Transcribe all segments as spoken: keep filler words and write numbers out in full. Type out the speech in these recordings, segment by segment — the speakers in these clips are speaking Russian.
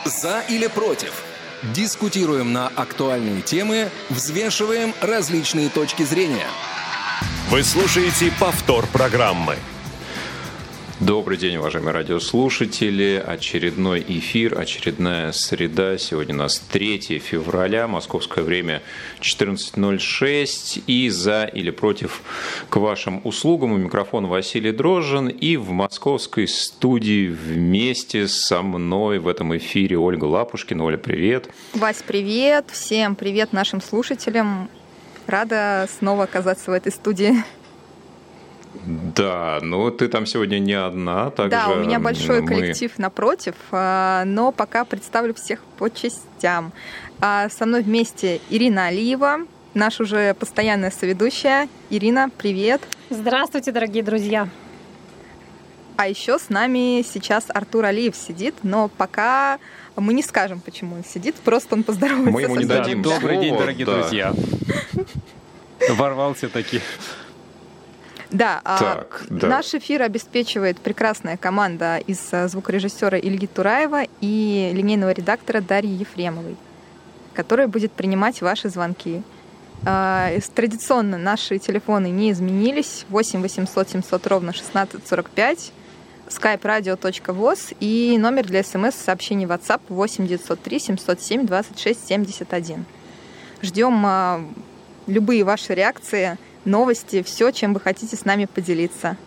За или против? Дискутируем на актуальные темы, взвешиваем различные точки зрения. Вы слушаете повтор программы. Добрый день, уважаемые радиослушатели. Очередной эфир, очередная среда. Сегодня у нас третьего февраля, московское время четырнадцать ноль шесть. И за или против к вашим услугам. У микрофона Василий Дрожжин. И в московской студии вместе со мной в этом эфире Ольга Лапушкина. Оля, привет. Вась, привет. Всем привет нашим слушателям. Рада снова оказаться в этой студии. Да, ну ты там сегодня не одна. Также да, у меня большой мы... коллектив напротив, но пока представлю всех по частям. Со мной вместе Ирина Алиева, наша уже постоянная соведущая. Ирина, привет. Здравствуйте, дорогие друзья. А еще с нами сейчас Артур Алиев сидит, но пока мы не скажем, почему он сидит, просто он поздоровается. Мы ему не дадим. Добрый день, слово, дорогие да. друзья. Ворвался таки. Да, так, а да, наш эфир обеспечивает прекрасная команда из звукорежиссера Ильи Тураева и линейного редактора Дарьи Ефремовой, которая будет принимать ваши звонки. Традиционно наши телефоны не изменились. восемь восемьсот семьсот ровно шестнадцать сорок пять, skype radio точка voz и номер для смс-сообщений WhatsApp восемь девятьсот три семьсот семь двадцать шесть семьдесят один. Ждем любые ваши реакции, новости, все, чем вы хотите с нами поделиться.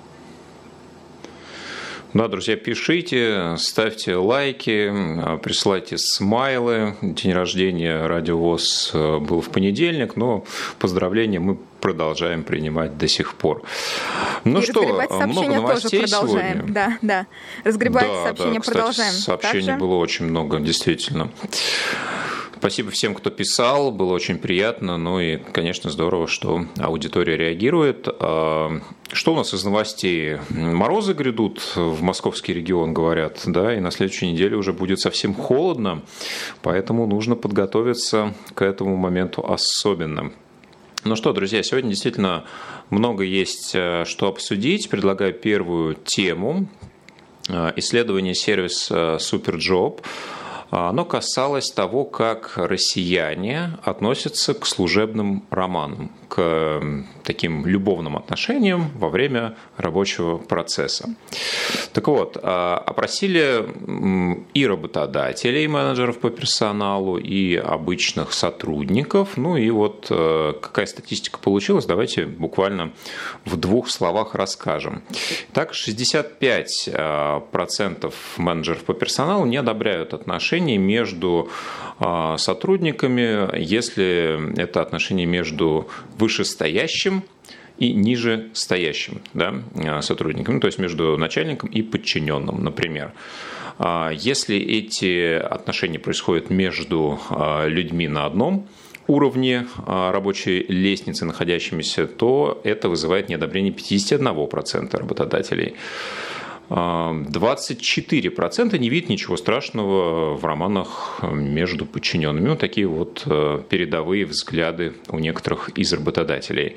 Да, друзья, пишите, ставьте лайки, присылайте смайлы. День рождения Радио ВОС был в понедельник, но поздравления мы продолжаем принимать до сих пор. Ну и что, разгребать сообщения много новостей тоже продолжаем. Сегодня. Да, да. Разгребать да, сообщения да, кстати, продолжаем. Сообщений Также... было очень много, действительно. Спасибо всем, кто писал, было очень приятно, ну и, конечно, здорово, что аудитория реагирует. Что у нас из новостей? Морозы грядут в московский регион, говорят, да, и на следующей неделе уже будет совсем холодно, поэтому нужно подготовиться к этому моменту особенно. Ну что, друзья, сегодня действительно много есть что обсудить. Предлагаю первую тему. Исследование сервиса Superjob. Оно касалось того, как россияне относятся к служебным романам, к таким любовным отношениям во время рабочего процесса. Так вот, опросили и работодателей, и менеджеров по персоналу, и обычных сотрудников. Ну и вот какая статистика получилась, давайте буквально в двух словах расскажем. Так, шестьдесят пять процентов менеджеров по персоналу не одобряют отношения между сотрудниками, если это отношения между вышестоящим и нижестоящим, да, сотрудником, ну, то есть между начальником и подчиненным, например. Если эти отношения происходят между людьми на одном уровне рабочей лестницы, находящимися, то это вызывает неодобрение пятьдесят один процент работодателей. двадцать четыре процента не видят ничего страшного в романах между подчиненными. Вот такие вот передовые взгляды у некоторых из работодателей.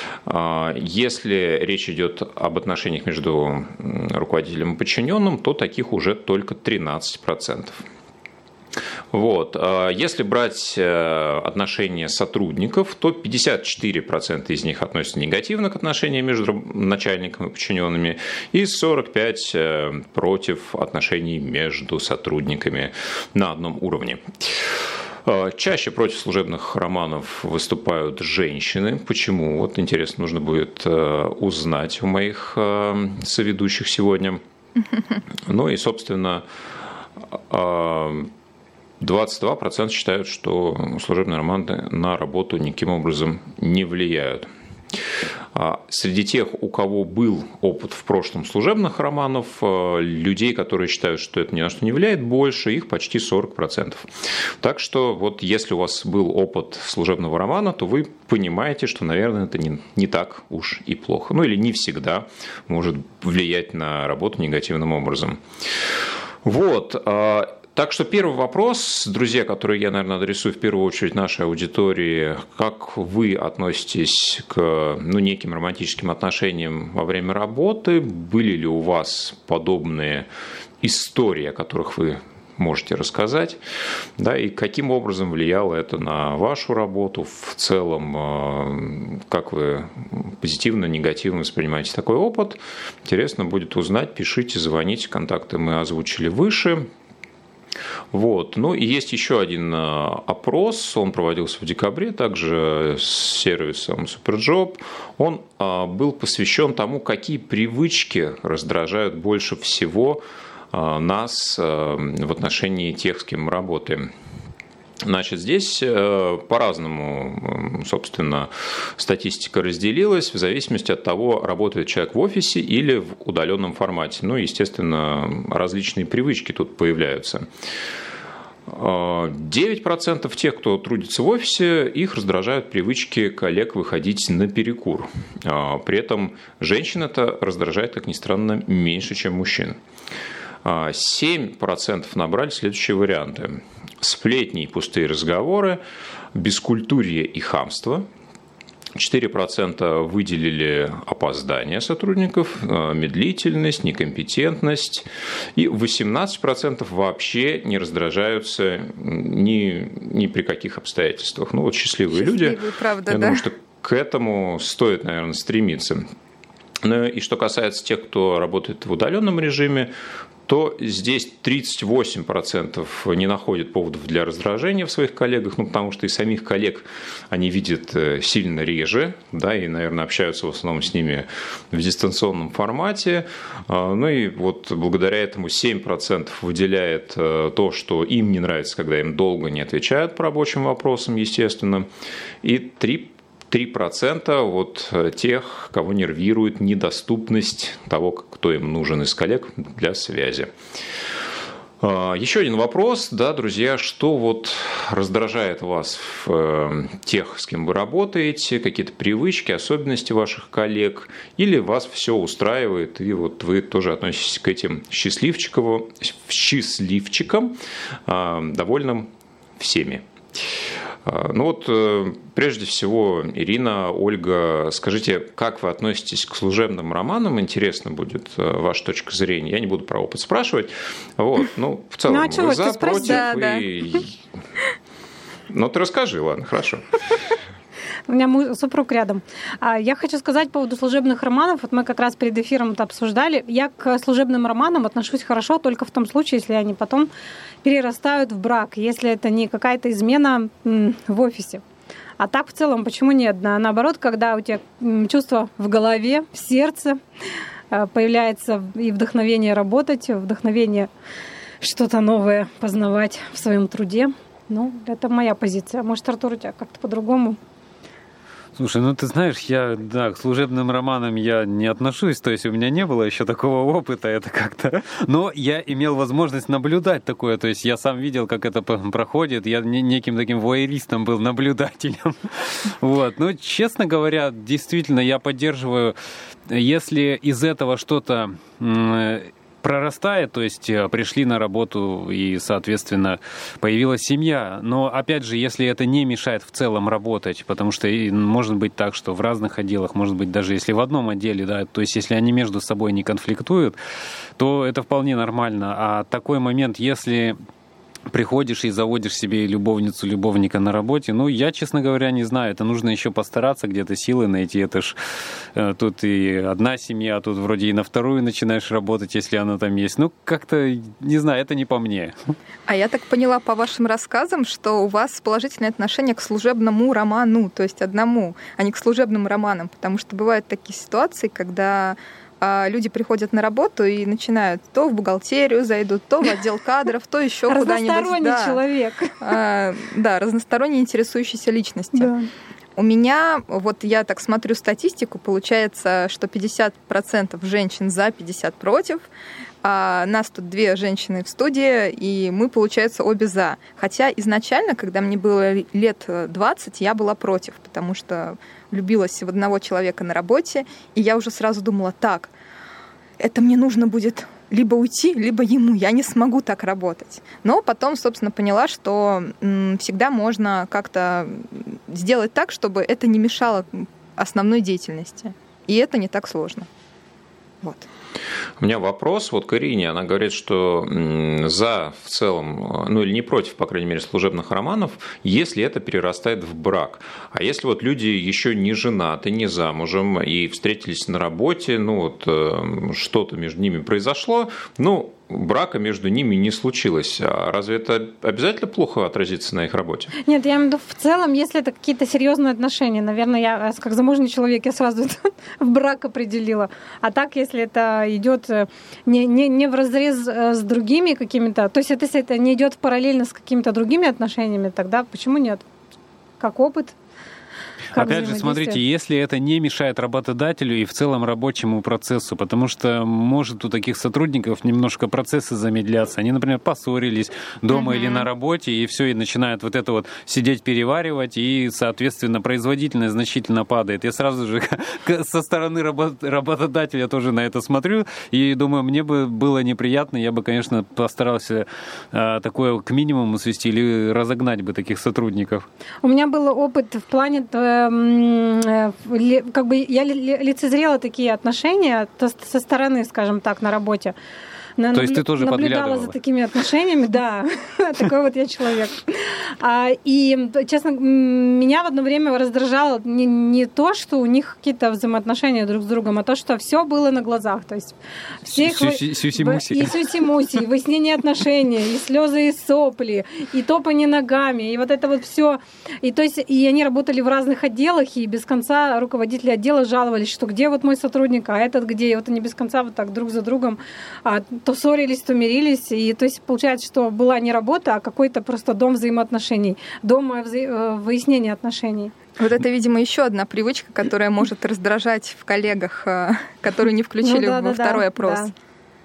Если речь идет об отношениях между руководителем и подчиненным, то таких уже только тринадцать процентов. Вот. Если брать отношения сотрудников, то пятьдесят четыре процента из них относятся негативно к отношениям между начальником и подчиненными, и сорок пять процентов против отношений между сотрудниками на одном уровне. Чаще против служебных романов выступают женщины. Почему? Вот интересно, нужно будет узнать у моих соведущих сегодня. Ну и, собственно, двадцать два процента считают, что служебные романы на работу никаким образом не влияют. Среди тех, у кого был опыт в прошлом служебных романов, людей, которые считают, что это ни на что не влияет, больше, их почти сорок процентов. Так что вот если у вас был опыт служебного романа, то вы понимаете, что, наверное, это не, не так уж и плохо. Ну или не всегда может влиять на работу негативным образом. Вот. Так что первый вопрос, друзья, который я, наверное, адресую в первую очередь нашей аудитории. Как вы относитесь к ну, неким романтическим отношениям во время работы? Были ли у вас подобные истории, о которых вы можете рассказать, да, и каким образом влияло это на вашу работу в целом, как вы позитивно, негативно воспринимаете такой опыт. Интересно будет узнать, пишите, звоните, контакты мы озвучили выше. Вот. Ну и есть еще один опрос, он проводился в декабре, также с сервисом Superjob. Он был посвящен тому, какие привычки раздражают больше всего нас в отношении тех, с кем мы работаем. Значит, здесь по-разному, собственно, статистика разделилась в зависимости от того, работает человек в офисе или в удаленном формате. Ну, естественно, различные привычки тут появляются. девять процентов тех, кто трудится в офисе, их раздражают привычки коллег выходить на перекур. При этом женщин это раздражает, как ни странно, меньше, чем мужчин. семь процентов набрали следующие варианты. Сплетни и пустые разговоры, бескультурье и хамство. четыре процента выделили опоздание сотрудников, медлительность, некомпетентность. И восемнадцать процентов вообще не раздражаются ни, ни при каких обстоятельствах. Ну вот счастливые, счастливые люди. Правда, Я да? думаю, что к этому стоит, наверное, стремиться. Ну и что касается тех, кто работает в удаленном режиме, то здесь тридцать восемь процентов не находят поводов для раздражения в своих коллегах, ну, потому что и самих коллег они видят сильно реже, да, и, наверное, общаются в основном с ними в дистанционном формате. Ну и вот благодаря этому семь процентов выделяет то, что им не нравится, когда им долго не отвечают по рабочим вопросам, естественно, и три процента три процента вот тех, кого нервирует недоступность того, кто им нужен из коллег для связи. Еще один вопрос, да, друзья, что вот раздражает вас в тех, с кем вы работаете, какие-то привычки, особенности ваших коллег, или вас все устраивает, и вот вы тоже относитесь к этим счастливчикам, счастливчикам, довольным всеми. Ну вот, прежде всего, Ирина, Ольга, скажите, как вы относитесь к служебным романам? Интересно будет ваша точка зрения. Я не буду про опыт спрашивать. Вот, ну, в целом, ну, а вы за, против? Да, и... да. Ну, ты расскажи, ладно, хорошо. У меня мой супруг рядом. Я хочу сказать по поводу служебных романов. Вот мы как раз перед эфиром это обсуждали. Я к служебным романам отношусь хорошо только в том случае, если они потом перерастают в брак, если это не какая-то измена в офисе. А так в целом, почему нет? Наоборот, когда у тебя чувство в голове, в сердце, появляется и вдохновение работать, вдохновение что-то новое познавать в своем труде. Ну, это моя позиция. Может, Артур, у тебя как-то по-другому? Слушай, ну ты знаешь, я, да, к служебным романам я не отношусь, то есть у меня не было еще такого опыта, это как-то... Но я имел возможность наблюдать такое, то есть я сам видел, как это проходит, я неким таким вуайеристом был, наблюдателем. Вот, ну, честно говоря, действительно, я поддерживаю, если из этого что-то... прорастает, то есть пришли на работу и, соответственно, появилась семья. Но, опять же, если это не мешает в целом работать, потому что может быть так, что в разных отделах, может быть, даже если в одном отделе, да, то есть если они между собой не конфликтуют, то это вполне нормально. А такой момент, если... приходишь и заводишь себе любовницу, любовника на работе. Ну, я, честно говоря, не знаю. Это нужно еще постараться, где-то силы найти. Это ж э, тут и одна семья, а тут вроде и на вторую начинаешь работать, если она там есть. Ну, как-то, не знаю, это не по мне. А я так поняла по вашим рассказам, что у вас положительное отношение к служебному роману, то есть одному, а не к служебным романам. Потому что бывают такие ситуации, когда... люди приходят на работу и начинают то в бухгалтерию зайдут, то в отдел кадров, то еще куда-нибудь. Разносторонний да. человек. А, да, разносторонне интересующейся личности. Да. У меня, вот я так смотрю статистику, получается, что пятьдесят процентов женщин за, пятьдесят процентов против. А нас тут две женщины в студии, и мы, получается, обе за. Хотя изначально, когда мне было лет двадцать, я была против, потому что влюбилась в одного человека на работе, и я уже сразу думала, так, это мне нужно будет либо уйти, либо ему, я не смогу так работать. Но потом, собственно, поняла, что м, всегда можно как-то сделать так, чтобы это не мешало основной деятельности. И это не так сложно. Вот. У меня вопрос вот к Ирине. Она говорит, что за в целом, ну или не против, по крайней мере, служебных романов, если это перерастает в брак. А если вот люди еще не женаты, не замужем и встретились на работе, ну вот что-то между ними произошло, ну, брака между ними не случилось. А разве это обязательно плохо отразится на их работе? Нет, я имею в виду в целом, если это какие-то серьезные отношения, наверное, я как замужний человек, я сразу это в брак определила. А так, если это идет не, не, не в разрез с другими какими-то, то есть это, если это не идет параллельно с какими-то другими отношениями, тогда почему нет? Как опыт. Как Опять же, смотрите, если это не мешает работодателю и в целом рабочему процессу, потому что может у таких сотрудников немножко процессы замедляться. Они, например, поссорились дома uh-huh. или на работе, и все, и начинают вот это вот сидеть, переваривать, и, соответственно, производительность значительно падает. Я сразу же со стороны работодателя тоже на это смотрю, и думаю, мне бы было неприятно, я бы, конечно, постарался такое к минимуму свести или разогнать бы таких сотрудников. У меня был опыт в плане как бы я лицезрела такие отношения со стороны, скажем так, на работе. То наблю... есть ты тоже наблюдала за такими отношениями, да, такой вот я человек. А, и, честно, меня в одно время раздражало не, не то, что у них какие-то взаимоотношения друг с другом, а то, что все было на глазах. То есть все их... Сюси-муси. И сюси-муси, и выяснение отношений, и слезы, и сопли, и топание ногами, и вот это вот все. И, то есть, и они работали в разных отделах, и без конца руководители отдела жаловались, что где вот мой сотрудник, а этот где. И вот они без конца вот так друг за другом то ссорились, то мирились. И то есть получается, что была не работа, а какой-то просто дом взаимоотношений, дом вза... выяснения отношений. Вот это, видимо, еще одна привычка, которая может раздражать в коллегах, которую не включили ну, да, во да, второй да, опрос. Да.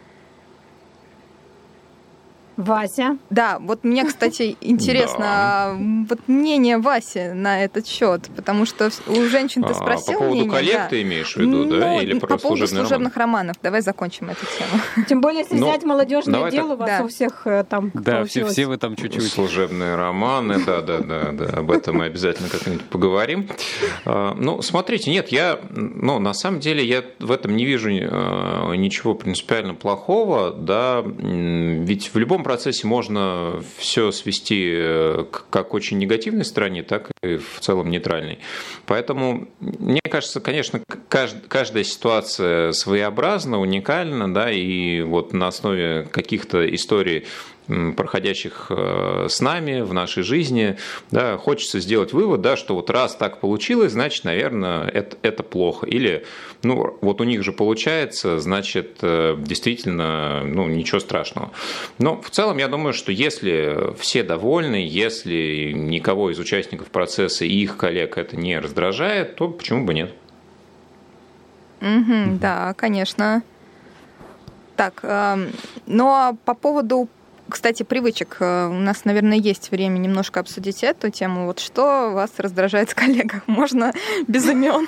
Вася. Да, вот мне, кстати, интересно да. вот мнение Васи на этот счет, потому что у женщин ты спросил а, по поводу мнение. коллег да. ты имеешь в виду, ну, да? Или по про поводу служебных роман? романов. Давай закончим эту тему. Тем более, если Но, взять молодежное дело, так... у вас да. у всех там Да, все, все вы там чуть-чуть. Служебные романы, да-да-да, да, об этом мы обязательно как-нибудь поговорим. Ну, смотрите, нет, я, ну, на самом деле, я в этом не вижу ничего принципиально плохого, да, ведь в любом процессе можно все свести к как очень негативной стороне, так и в целом нейтральной. Поэтому, мне кажется, конечно, каждая ситуация своеобразна, уникальна, да, и вот на основе каких-то историй, проходящих с нами в нашей жизни, да, хочется сделать вывод, да, что вот раз так получилось, значит, наверное, это, это плохо. Или, ну, вот у них же получается, значит, действительно, ну, ничего страшного. Но в целом я думаю, что если все довольны, если никого из участников процесса и их коллег это не раздражает, то почему бы нет? Mm-hmm, да, конечно. Так, э, но по поводу Кстати, привычек. У нас, наверное, есть время немножко обсудить эту тему. Вот что вас раздражает в коллегах? Можно без имен?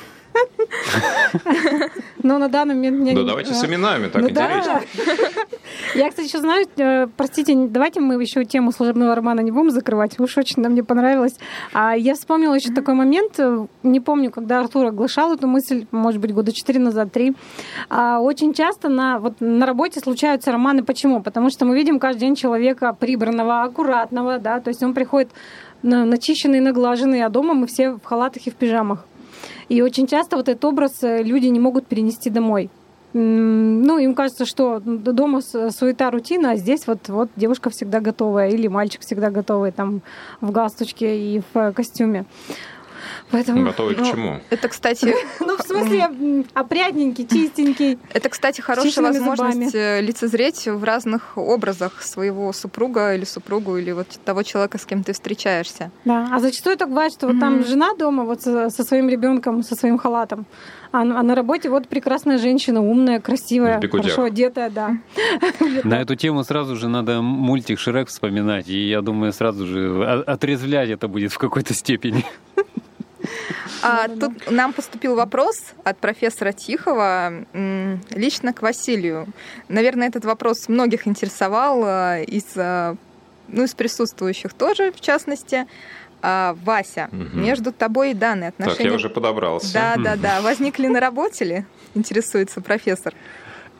Ну, на данный момент... Да давайте с именами, так интересно. Я, кстати, еще знаю, простите, давайте мы еще тему служебного романа не будем закрывать, уж очень нам не понравилось. А я вспомнила еще такой момент, не помню, когда Артур оглашал эту мысль, может быть, года четыре назад, три. Очень часто на, вот, на работе случаются романы. Почему? Потому что мы видим каждый день человека прибранного, аккуратного, да, то есть он приходит начищенный, наглаженный, а дома мы все в халатах и в пижамах. И очень часто вот этот образ люди не могут перенести домой. Ну, им кажется, что дома суета, рутина, а здесь вот, вот девушка всегда готовая или мальчик всегда готовый там в галстучке и в костюме. Поэтому, готовый ну, к чему? Это, кстати... Ну, в смысле, опрятненький, чистенький. Это, кстати, хорошая возможность лицезреть в разных образах своего супруга или супругу, или вот того человека, с кем ты встречаешься. Да, а зачастую так бывает, что вот там жена дома вот со своим ребенком, со своим халатом, а на работе вот прекрасная женщина, умная, красивая, хорошо одетая, да. На эту тему сразу же надо мультик «Шрек» вспоминать, и я думаю, сразу же отрезвлять это будет в какой-то степени. А, тут нам поступил вопрос от профессора Тихова лично к Василию. Наверное, этот вопрос многих интересовал, из, ну, из присутствующих тоже, в частности. А, Вася, угу. между тобой и Даной отношения... Так, я уже подобрался. Да, да, да. Возникли на работе ли? Интересуется профессор.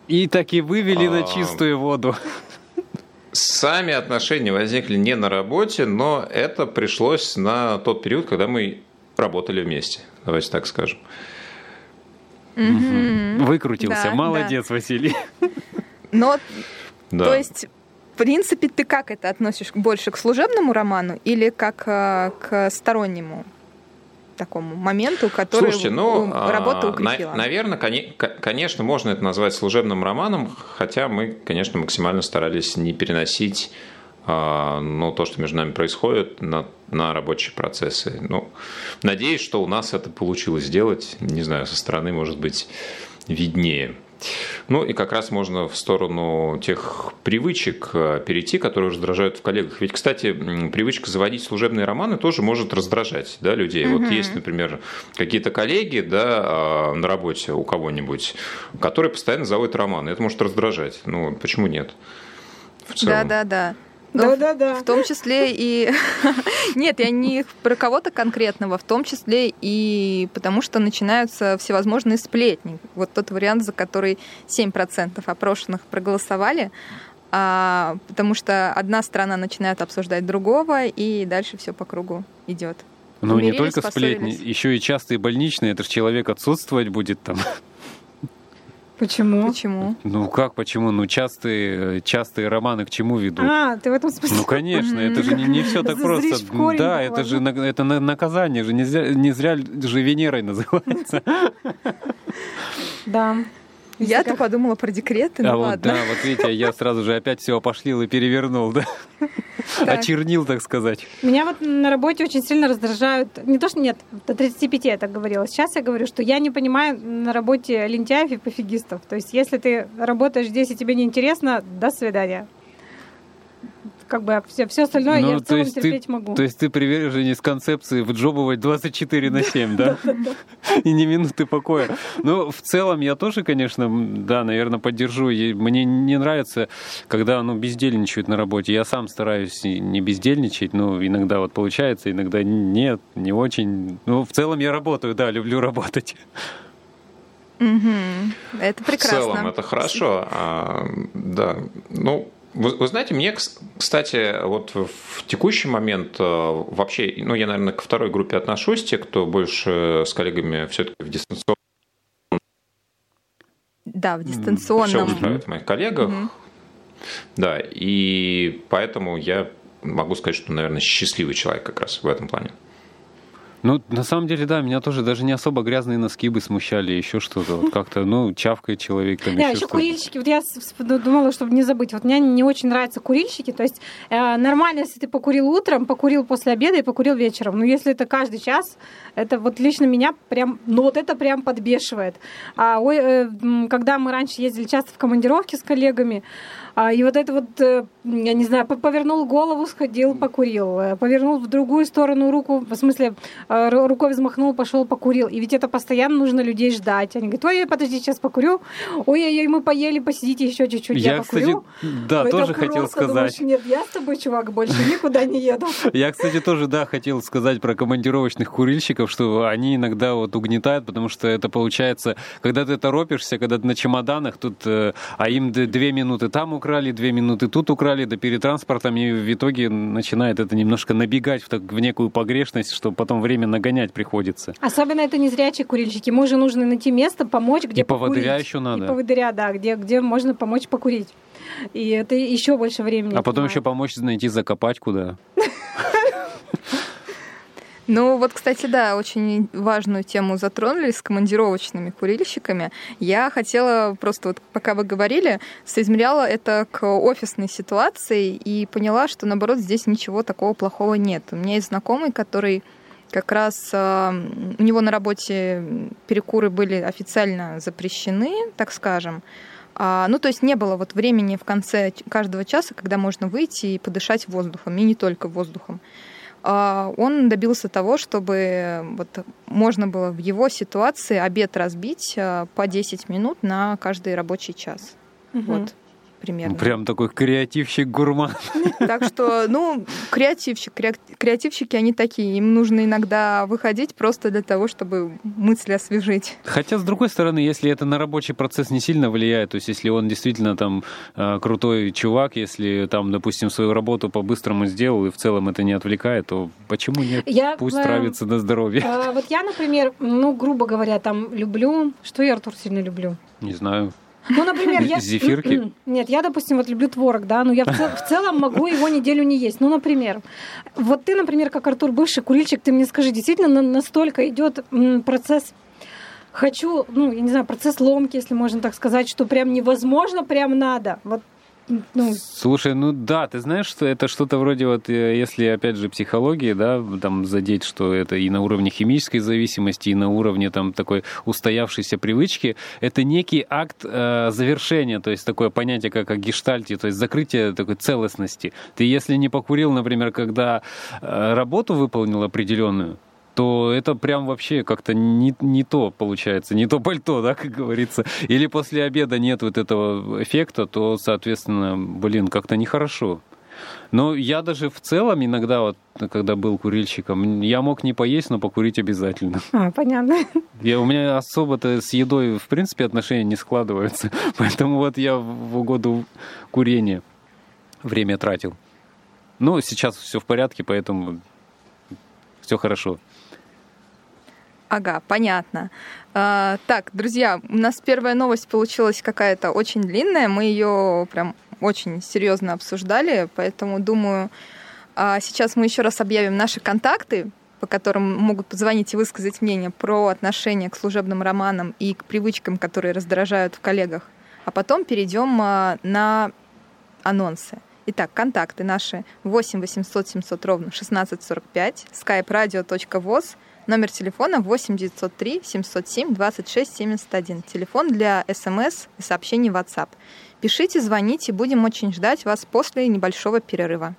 И так и вывели а... на чистую воду. Сами отношения возникли не на работе, но это пришлось на тот период, когда мы работали вместе. Давайте так скажем. Mm-hmm. Выкрутился. Да, молодец, да. Василий. Но, да. То есть, в принципе, ты как это относишь? Больше к служебному роману или как к стороннему такому моменту, который Слушайте, ну, работа укрепила? Наверное, конечно, можно это назвать служебным романом, хотя мы, конечно, максимально старались не переносить ну, то, что между нами происходит, на, на рабочие процессы. Ну, надеюсь, что у нас это получилось сделать. Не знаю, со стороны, может быть, виднее. Ну и как раз можно в сторону тех привычек перейти, которые раздражают в коллегах. Ведь, кстати, привычка заводить служебные романы тоже может раздражать, да, людей. Mm-hmm. Вот есть, например, какие-то коллеги, да, на работе у кого-нибудь, которые постоянно заводят романы. Это может раздражать. Ну, почему нет? В целом. Да-да-да. Да-да-да. В том числе и... Нет, я не про кого-то конкретного, в том числе и потому, что начинаются всевозможные сплетни. Вот тот вариант, за который семь процентов опрошенных проголосовали, а, потому что одна сторона начинает обсуждать другого, и дальше все по кругу идет. Ну, не только сплетни, еще и частые больничные. Это же человек отсутствовать будет там. Почему? Почему? Ну как почему? Ну частые, частые романы к чему ведут? А, ты в этом смысле? Ну конечно, это же не, не все так просто. Да, это же это наказание же, не зря, не зря же Венерой называется. Да. Я-то подумала про декреты, ну а ладно. Вот, да, вот видите, я сразу же опять все опошлил и перевернул, да? Так. Очернил, так сказать. Меня вот на работе очень сильно раздражают, не то что нет, до тридцати пяти я так говорила, сейчас я говорю, что я не понимаю на работе лентяев и пофигистов. То есть если ты работаешь здесь и тебе неинтересно, до свидания. Как бы все, все остальное ну, я в целом терпеть ты, могу. То есть ты приверженец концепции вджобывать двадцать четыре на семь, да? И ни минуты покоя. Ну, в целом я тоже, конечно, да, наверное, поддержу. Мне не нравится, когда ну, бездельничают на работе. Я сам стараюсь не бездельничать, но иногда вот получается, иногда нет, не очень. Ну, в целом я работаю, да, люблю работать. Угу. Это прекрасно. В целом это хорошо. А, да, ну... Вы, вы знаете, мне, кстати, вот в текущий момент вообще, ну, я, наверное, ко второй группе отношусь, те, кто больше с коллегами все-таки в дистанционном. Да, в дистанционном. Все устраивает в моих коллегах. Угу. Да, и поэтому я могу сказать, что, наверное, счастливый человек как раз в этом плане. Ну, на самом деле, да, меня тоже даже не особо грязные носки бы смущали, еще что-то. Вот как-то, ну, чавкает человек там. Да, еще, еще курильщики. Вот я думала, чтобы не забыть. Вот мне не очень нравятся курильщики. То есть э, нормально, если ты покурил утром, покурил после обеда и покурил вечером. Но если это каждый час, это вот лично меня прям, ну вот это прям подбешивает. А, ой, э, когда мы раньше ездили часто в командировки с коллегами, а, и вот это вот, э, я не знаю, повернул голову, сходил, покурил. Повернул в другую сторону руку, в смысле... рукой взмахнул, пошел, покурил. И ведь это постоянно нужно людей ждать. Они говорят, ой, подожди, сейчас покурю. Ой-ой-ой, мы поели, посидите еще чуть-чуть, я, я покурю. Кстати, да, ой, тоже хотел сказать. Думаешь, нет, я с тобой, чувак, больше никуда не еду. Я, кстати, тоже, да, хотел сказать про командировочных курильщиков, что они иногда вот угнетают, потому что это получается, когда ты торопишься, когда ты на чемоданах, тут, а им две минуты там украли, две минуты тут украли, да перед транспортом, и в итоге начинает это немножко набегать в, так, в некую погрешность, что потом время нагонять приходится. Особенно это незрячие курильщики. Ему же нужно найти место, помочь, где и покурить. И поводыря еще надо. И поводыря, да, где, где можно помочь покурить. И это еще больше времени. А потом еще помочь найти, закопать куда. Ну вот, кстати, да, очень важную тему затронули с командировочными курильщиками. Я хотела просто, вот пока вы говорили, соизмеряла это к офисной ситуации и поняла, что, наоборот, здесь ничего такого плохого нет. У меня есть знакомый, который как раз у него на работе перекуры были официально запрещены, так скажем. Ну, то есть не было вот времени в конце каждого часа, когда можно выйти и подышать воздухом, и не только воздухом. Он добился того, чтобы вот можно было в его ситуации обед разбить по десять минут на каждый рабочий час. Угу. Вот. примерно. Прям такой креативщик-гурман. Так что, ну, креативщик, креативщики, они такие, им нужно иногда выходить просто для того, чтобы мысли освежить. Хотя, с другой стороны, если это на рабочий процесс не сильно влияет, то есть если он действительно там крутой чувак, если там, допустим, свою работу по-быстрому сделал и в целом это не отвлекает, то почему нет? Я, Пусть э, травится на здоровье. Э, вот я, например, ну, грубо говоря, там люблю... Что я, Артур, сильно люблю? Не знаю. Ну, например, я... Зефирки? Нет, я, допустим, вот люблю творог, да, но я в, цел... в целом могу его неделю не есть. Ну, например, вот ты, например, как Артур, бывший курильщик, ты мне скажи, действительно настолько идет процесс... Хочу, ну, я не знаю, процесс ломки, если можно так сказать, что прям невозможно, прям надо. Вот. Ну. Слушай, ну да, ты знаешь, что это что-то вроде вот, если опять же психологии, да, там задеть, что это и на уровне химической зависимости, и на уровне там такой устоявшейся привычки, это некий акт э, завершения, то есть такое понятие, как о гештальте, то есть закрытие такой целостности. Ты если не покурил, например, когда э, работу выполнил определенную, то это прям вообще как-то не, не то получается, не то пальто, да, как говорится. Или после обеда нет вот этого эффекта, то, соответственно, блин, как-то нехорошо. Но я даже в целом иногда, вот, когда был курильщиком, я мог не поесть, но покурить обязательно. А, понятно. Я, у меня особо-то с едой, в принципе, отношения не складываются. Поэтому вот я в угоду курения время тратил. Ну, сейчас все в порядке, поэтому все хорошо. Ага, понятно. А, так, друзья, у нас первая новость получилась какая-то очень длинная. Мы ее прям очень серьезно обсуждали, поэтому, думаю, а сейчас мы еще раз объявим наши контакты, по которым могут позвонить и высказать мнение про отношение к служебным романам и к привычкам, которые раздражают в коллегах. А потом перейдем на анонсы. Итак, контакты наши восемь восемьсот семьсот ровно шестнадцать сорок пять, skype radio точка voz, номер телефона восемь девятьсот три семьсот семь двадцать шесть семьдесят один, телефон для смс и сообщений в WhatsApp. Пишите, звоните, будем очень ждать вас после небольшого перерыва.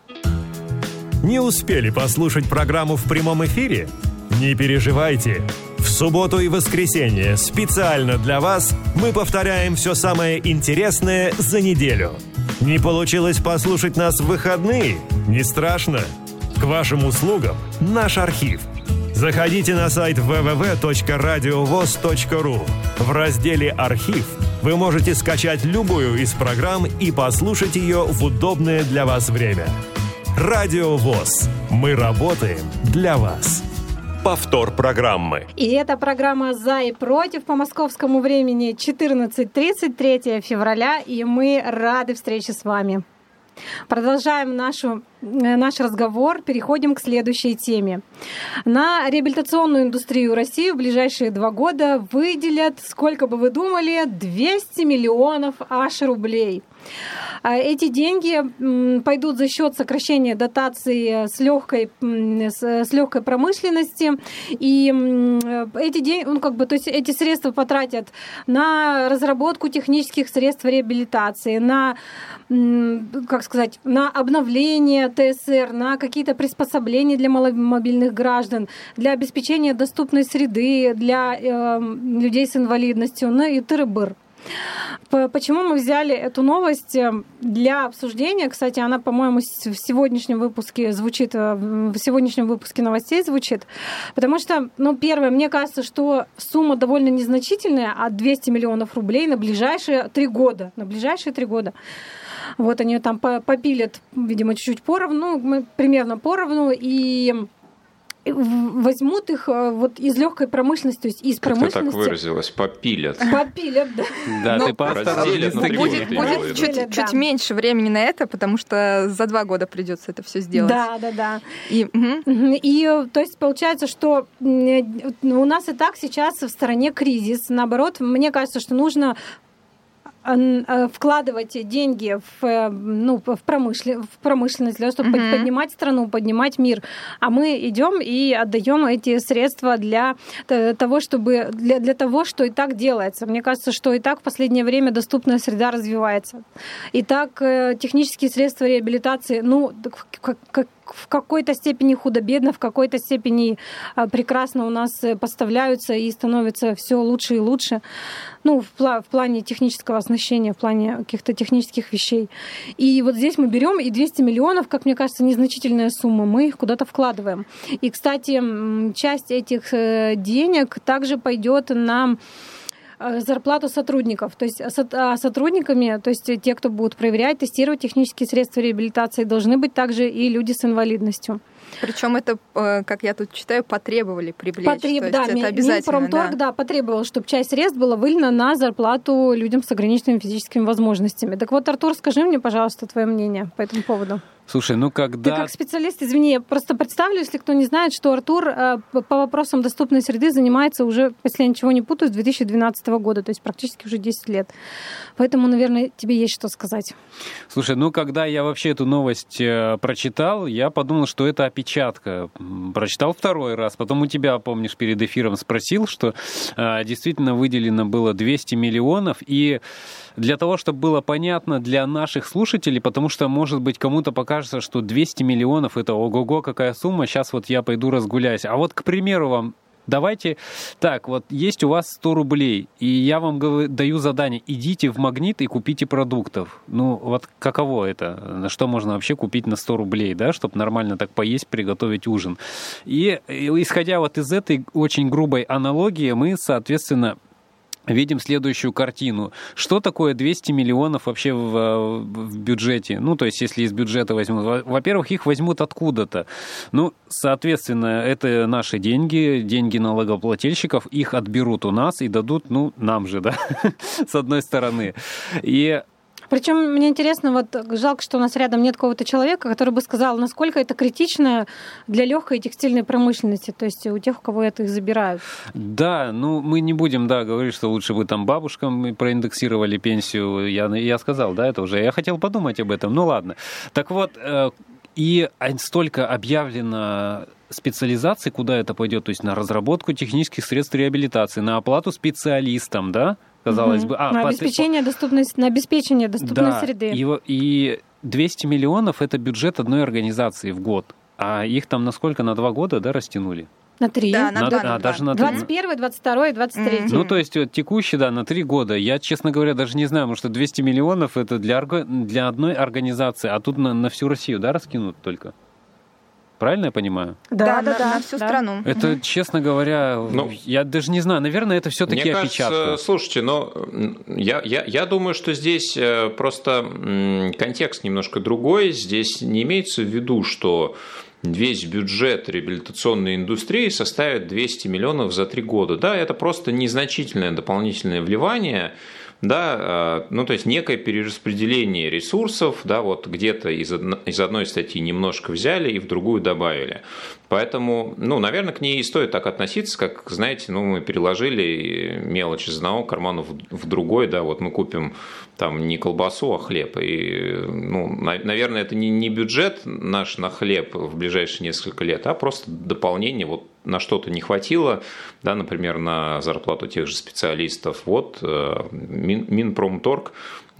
Не успели послушать программу в прямом эфире? Не переживайте. В субботу и воскресенье специально для вас мы повторяем все самое интересное за неделю. Не получилось послушать нас в выходные? Не страшно. К вашим услугам наш архив. Заходите на сайт дабл ю дабл ю дабл ю точка радиовоз точка ру. В разделе «Архив» вы можете скачать любую из программ и послушать ее в удобное для вас время. Радио ВОС. Мы работаем для вас. Повтор программы. И это программа «За и против» по московскому времени четырнадцать тридцать, третьего февраля, и мы рады встрече с вами. Продолжаем нашу, наш разговор, переходим к следующей теме. На реабилитационную индустрию России в ближайшие два года выделят, сколько бы вы думали, двести миллионов аж рублей. Эти деньги пойдут за счет сокращения дотаций с легкой, с легкой промышленности. И эти деньги, ну, как бы, то есть эти средства потратят на разработку технических средств реабилитации, на, как сказать, на обновление ТСР, на какие-то приспособления для маломобильных граждан, для обеспечения доступной среды для э, людей с инвалидностью, ну и тыры-быр. Почему мы взяли эту новость для обсуждения? Кстати, она, по-моему, в сегодняшнем выпуске звучит, в сегодняшнем выпуске новостей звучит. Потому что, ну, первое, мне кажется, что сумма довольно незначительная, а двести миллионов рублей на ближайшие три года. На ближайшие три года. Вот они там попилят, видимо, чуть-чуть поровну, ну, примерно поровну, и возьмут их вот из легкой промышленности, то есть из как промышленности. Ты так выразилась, попилят. Попилят, да. Да, Но ты разделят на три будет, года, будет чуть, да. чуть меньше времени на это, потому что за два года придется это все сделать. Да, да, да. И, угу. и то есть получается, что у нас и так сейчас в стране кризис. Наоборот, мне кажется, что нужно вкладывать деньги в, ну, в, промышлен, в промышленность, для того, чтобы mm-hmm. поднимать страну, поднимать мир. А мы идем и отдаем эти средства для того, чтобы, для, для того, что и так делается. Мне кажется, что и так в последнее время доступная среда развивается. И так технические средства реабилитации, ну, как, как, в какой-то степени худо-бедно, в какой-то степени прекрасно у нас поставляются и становится все лучше и лучше. Ну, в, пла- в плане технического оснащения, в плане каких-то технических вещей. И вот здесь мы берем и двести миллионов, как мне кажется, незначительная сумма, мы их куда-то вкладываем. И, кстати, часть этих денег также пойдет на зарплату сотрудников. То есть сотрудниками, то есть те, кто будут проверять, тестировать технические средства реабилитации, должны быть также и люди с инвалидностью. Причем это, как я тут читаю, потребовали привлечь. Потреб... То да, есть это обязательно. Минпромторг, да. да, потребовал, чтобы часть средств была вылена на зарплату людям с ограниченными физическими возможностями. Так вот, Артур, скажи мне, пожалуйста, твое мнение по этому поводу. Слушай, ну когда... Ты как специалист, извини, я просто представлю, если кто не знает, что Артур по вопросам доступной среды занимается уже, если я ничего не путаю, с две тысячи двенадцатого года, то есть практически уже десять лет. Поэтому, наверное, тебе есть что сказать. Слушай, ну когда я вообще эту новость прочитал, я подумал, что это опечатка. Прочитал второй раз, потом у тебя, помнишь, перед эфиром спросил, что действительно выделено было двести миллионов, и для того, чтобы было понятно для наших слушателей, потому что, может быть, кому-то покажется, что двести миллионов — это ого-го, какая сумма, сейчас вот я пойду разгуляюсь. А вот, к примеру, вам давайте так, вот есть у вас сто рублей, и я вам говорю, даю задание, идите в Магнит и купите продуктов. Ну, вот каково это? На что можно вообще купить на сто рублей, да, чтобы нормально так поесть, приготовить ужин? И, и исходя вот из этой очень грубой аналогии, мы, соответственно, видим следующую картину. Что такое двести миллионов вообще в, в бюджете? Ну, то есть, если из бюджета возьмут... Во-первых, их возьмут откуда-то. Ну, соответственно, это наши деньги, деньги налогоплательщиков, их отберут у нас и дадут, ну, нам же, да, с одной стороны. И... Причем мне интересно, вот жалко, что у нас рядом нет какого-то человека, который бы сказал, насколько это критично для легкой текстильной промышленности, то есть у тех, у кого это их забирают. Да, ну мы не будем, да, говорить, что лучше бы там бабушкам проиндексировали пенсию. Я, я сказал, да, это уже. Я хотел подумать об этом, ну ладно. Так вот, и столько объявлено специализаций, куда это пойдет, то есть на разработку технических средств реабилитации, на оплату специалистам, да? Казалось угу. бы. А, на, обеспечение по... доступности, на обеспечение доступной да, среды. И, и двести миллионов – это бюджет одной организации в год. А их там на сколько? На два года, да, растянули? На три. Да, на, на, два, а, на даже на три. двадцать первый, двадцать второй, двадцать третий. Ну, то есть вот, текущий, да, на три года. Я, честно говоря, даже не знаю, потому что двести миллионов – это для, для одной организации, а тут на, на всю Россию, да, раскинут только? Правильно я понимаю? Да, да, да, на, да, на всю да. страну. Это, честно говоря, ну, я даже не знаю, наверное, это все-таки мне опечатка. Кажется, слушайте, но я, я, я думаю, что здесь просто контекст немножко другой. Здесь не имеется в виду, что весь бюджет реабилитационной индустрии составит двести миллионов за три года. Да, это просто незначительное дополнительное вливание. Да, ну то есть некое перераспределение ресурсов, да, вот где-то из, одно, из одной статьи немножко взяли и в другую добавили. Поэтому, ну, наверное, к ней и стоит так относиться, как, знаете, ну, мы переложили мелочь из одного кармана в, в другой, да, вот мы купим там не колбасу, а хлеб. И, ну, наверное, это не, не бюджет наш на хлеб в ближайшие несколько лет, а просто дополнение, вот на что-то не хватило, да, например, на зарплату тех же специалистов. Вот Мин, Минпромторг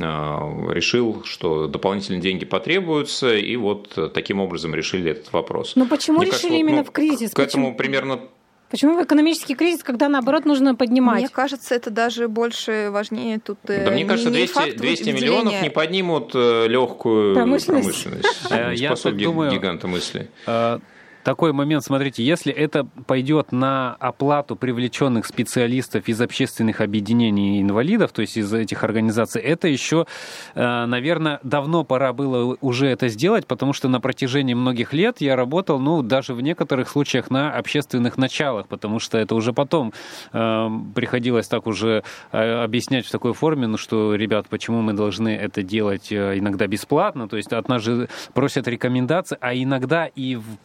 решил, что дополнительные деньги потребуются, и вот таким образом решили этот вопрос. Но почему Мне решили кажется, вот, именно ну, в кризис? К этому почему? примерно... Почему в экономический кризис, когда, наоборот, нужно поднимать? Мне кажется, это даже больше важнее тут. Да, мне кажется, двести, двести миллионов не поднимут легкую промышленность. промышленность. Я так думаю, гиганта мысли. Такой момент, смотрите, если это пойдет на оплату привлеченных специалистов из общественных объединений инвалидов, то есть из этих организаций, это еще, наверное, давно пора было уже это сделать, потому что на протяжении многих лет я работал, ну, даже в некоторых случаях на общественных началах, потому что это уже потом приходилось так уже объяснять в такой форме, ну, что, ребят, почему мы должны это делать иногда бесплатно, то есть от нас же просят рекомендации, а иногда и в проектную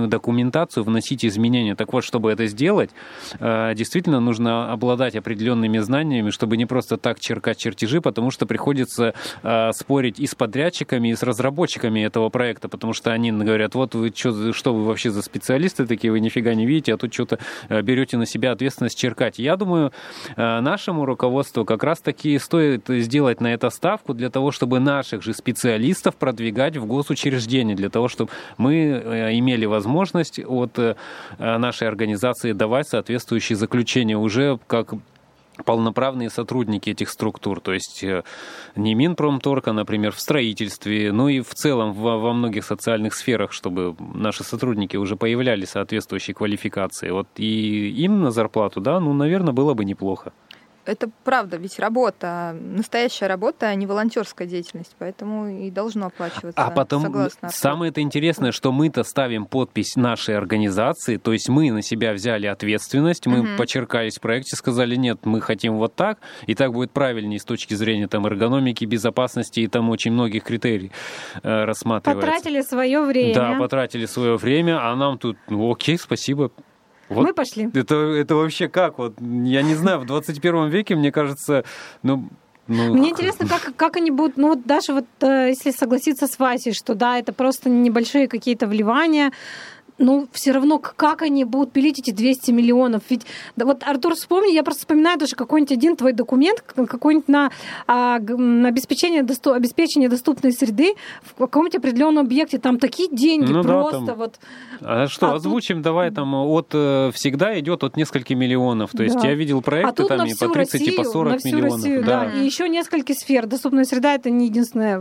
проектную документацию, вносить изменения. Так вот, чтобы это сделать, действительно нужно обладать определенными знаниями, чтобы не просто так черкать чертежи, потому что приходится спорить и с подрядчиками, и с разработчиками этого проекта, потому что они говорят, вот вы что, что вы вообще за специалисты такие, вы нифига не видите, а тут что-то берете на себя ответственность черкать. Я думаю, нашему руководству как раз-таки стоит сделать на это ставку для того, чтобы наших же специалистов продвигать в госучреждения, для того, чтобы мы имели возможность от нашей организации давать соответствующие заключения уже как полноправные сотрудники этих структур, то есть не Минпромторг, а, например, в строительстве, ну и в целом во, во многих социальных сферах, чтобы наши сотрудники уже появляли соответствующие квалификации. Вот и им на зарплату, да, ну, наверное, было бы неплохо. Это правда, ведь работа, настоящая работа, а не волонтерская деятельность, поэтому и должно оплачиваться. А потом согласно. Самое это интересное, что мы-то ставим подпись нашей организации, то есть мы на себя взяли ответственность, мы угу. почеркались в проекте, сказали, нет, мы хотим вот так, и так будет правильнее с точки зрения там, эргономики, безопасности и там очень многих критерий э, рассматривается. Потратили свое время. Да, потратили свое время, а нам тут, ну окей, спасибо. Вот мы пошли. Это, это вообще как? Вот, я не знаю, в двадцать первом веке, мне кажется, ну... Ну, мне интересно, как, как они будут, ну вот даже вот э, если согласиться с Васей, что да, это просто небольшие какие-то вливания, ну, все равно, как они будут пилить эти двести миллионов? Ведь, да, вот, Артур, вспомни, я просто вспоминаю даже какой-нибудь один твой документ, какой-нибудь на, а, на обеспечение, доступ, обеспечение доступной среды в каком-нибудь определенном объекте. Там такие деньги ну, просто. Да, там... вот. А что, а озвучим, тут... давай, там от всегда идет от нескольких миллионов. То есть да. я видел проекты а там и по тридцать, Россию, и по сорок на миллионов. Россию, да. Да. И еще несколько сфер. Доступная среда — это не единственная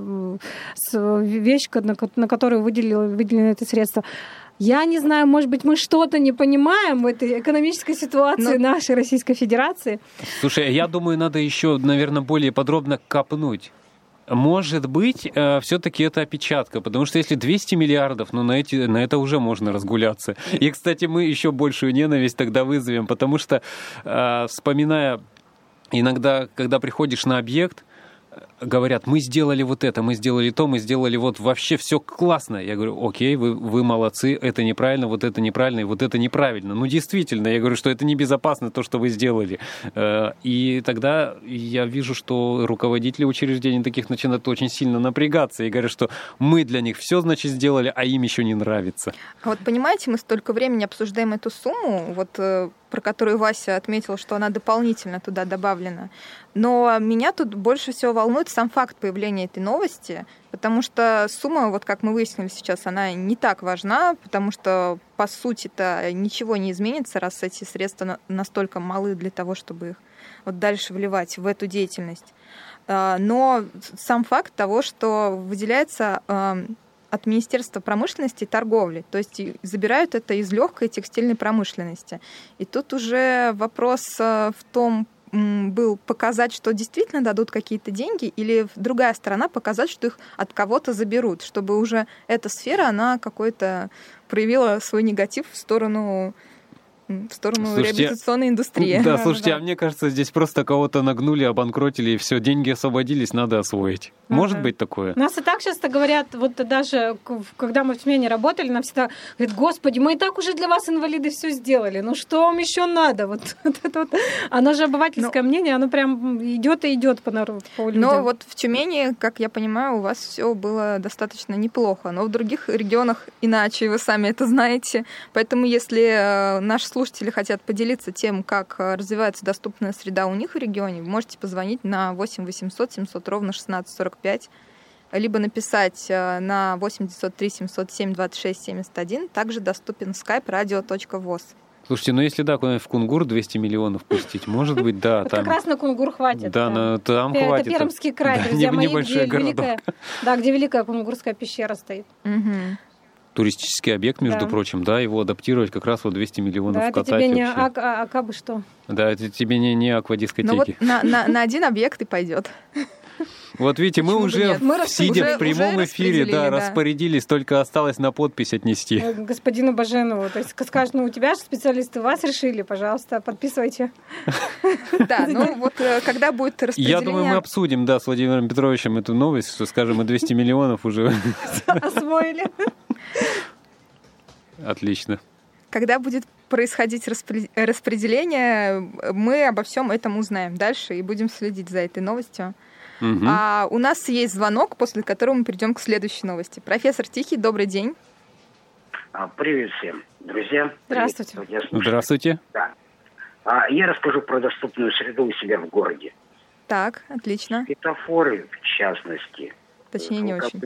вещь, на которую выделили, выделены эти средства. Я не знаю, может быть, мы что-то не понимаем в этой экономической ситуации Но... нашей Российской Федерации. Слушай, я думаю, надо еще, наверное, более подробно копнуть. Может быть, все-таки это опечатка, потому что если двести миллиардов, ну, на, эти, на это уже можно разгуляться. И, кстати, мы еще большую ненависть тогда вызовем, потому что, вспоминая иногда, когда приходишь на объект, говорят, мы сделали вот это, мы сделали то, мы сделали вот вообще все классно. Я говорю, окей, вы, вы молодцы, это неправильно, вот это неправильно, и вот это неправильно. Ну, действительно, я говорю, что это небезопасно, то, что вы сделали. И тогда я вижу, что руководители учреждений таких начинают очень сильно напрягаться и говорят, что мы для них все, значит, сделали, а им еще не нравится. А вот понимаете, мы столько времени обсуждаем эту сумму, вот про которую Вася отметил, что она дополнительно туда добавлена. Но меня тут больше всего волнует сам факт появления этой новости, потому что сумма, вот как мы выяснили сейчас, она не так важна, потому что, по сути-то, ничего не изменится, раз эти средства настолько малы для того, чтобы их вот дальше вливать в эту деятельность. Но сам факт того, что выделяется от Министерства промышленности и торговли, то есть забирают это из легкой текстильной промышленности. И тут уже вопрос в том, был показать, что действительно дадут какие-то деньги, или другая сторона показать, что их от кого-то заберут, чтобы уже эта сфера, она какой-то проявила свой негатив в сторону в сторону слушайте, реабилитационной индустрии. Да, слушайте, а мне кажется, здесь просто кого-то нагнули, обанкротили, и все, деньги освободились, надо освоить. Может быть такое? Нас и так часто говорят, вот даже когда мы в смене работали, нам всегда говорят, господи, мы и так уже для вас, инвалиды, все сделали, ну что вам еще надо? Вот, вот это вот. Оно же обывательское но... мнение, оно прям идет и идет по народу. Но вот в Тюмени, как я понимаю, у вас все было достаточно неплохо, но в других регионах иначе, вы сами это знаете. Поэтому если наш слушатели хотят поделиться тем, как развивается доступная среда у них в регионе, вы можете позвонить на восемь восемьсот семьсот ровно шестнадцать сорок пять, либо написать на восемь девятьсот три семьсот семь двадцать шесть семьдесят один. Также доступен skype radio точка voz. Слушайте, ну если да, куда-нибудь в Кунгур двести миллионов пустить, может быть, да. Там... Как раз на Кунгур хватит. Да, на, там это хватит. Это Пермский край, да, друзья мои, где великая, да, где великая Кунгурская пещера стоит. Угу. Туристический объект, между да. прочим, да, его адаптировать как раз вот двести миллионов да, катать. Это тебе не вообще. а, а, а бы что? Да, это тебе не, не аквадискотеки. Ну вот на, на, на один объект и пойдет. Вот видите, мы уже, мы сидя уже, в прямом эфире, да, да, распорядились, только осталось на подпись отнести. Господину Баженову, то есть скажешь, ну у тебя же специалисты вас решили, пожалуйста, подписывайте. Да, ну вот когда будет распределение... Я думаю, мы обсудим, да, с Владимиром Петровичем эту новость, что, скажем, мы двести миллионов уже... Освоили. Отлично. Когда будет происходить распределение, мы обо всем этом узнаем дальше и будем следить за этой новостью. Угу. А у нас есть звонок, после которого мы перейдем к следующей новости. Профессор Тихий, добрый день. Привет всем, друзья. Здравствуйте. Привет, Здравствуйте. Да. Я расскажу про доступную среду у себя в городе. Так, отлично. Светофоры, в частности. Точнее, не очень.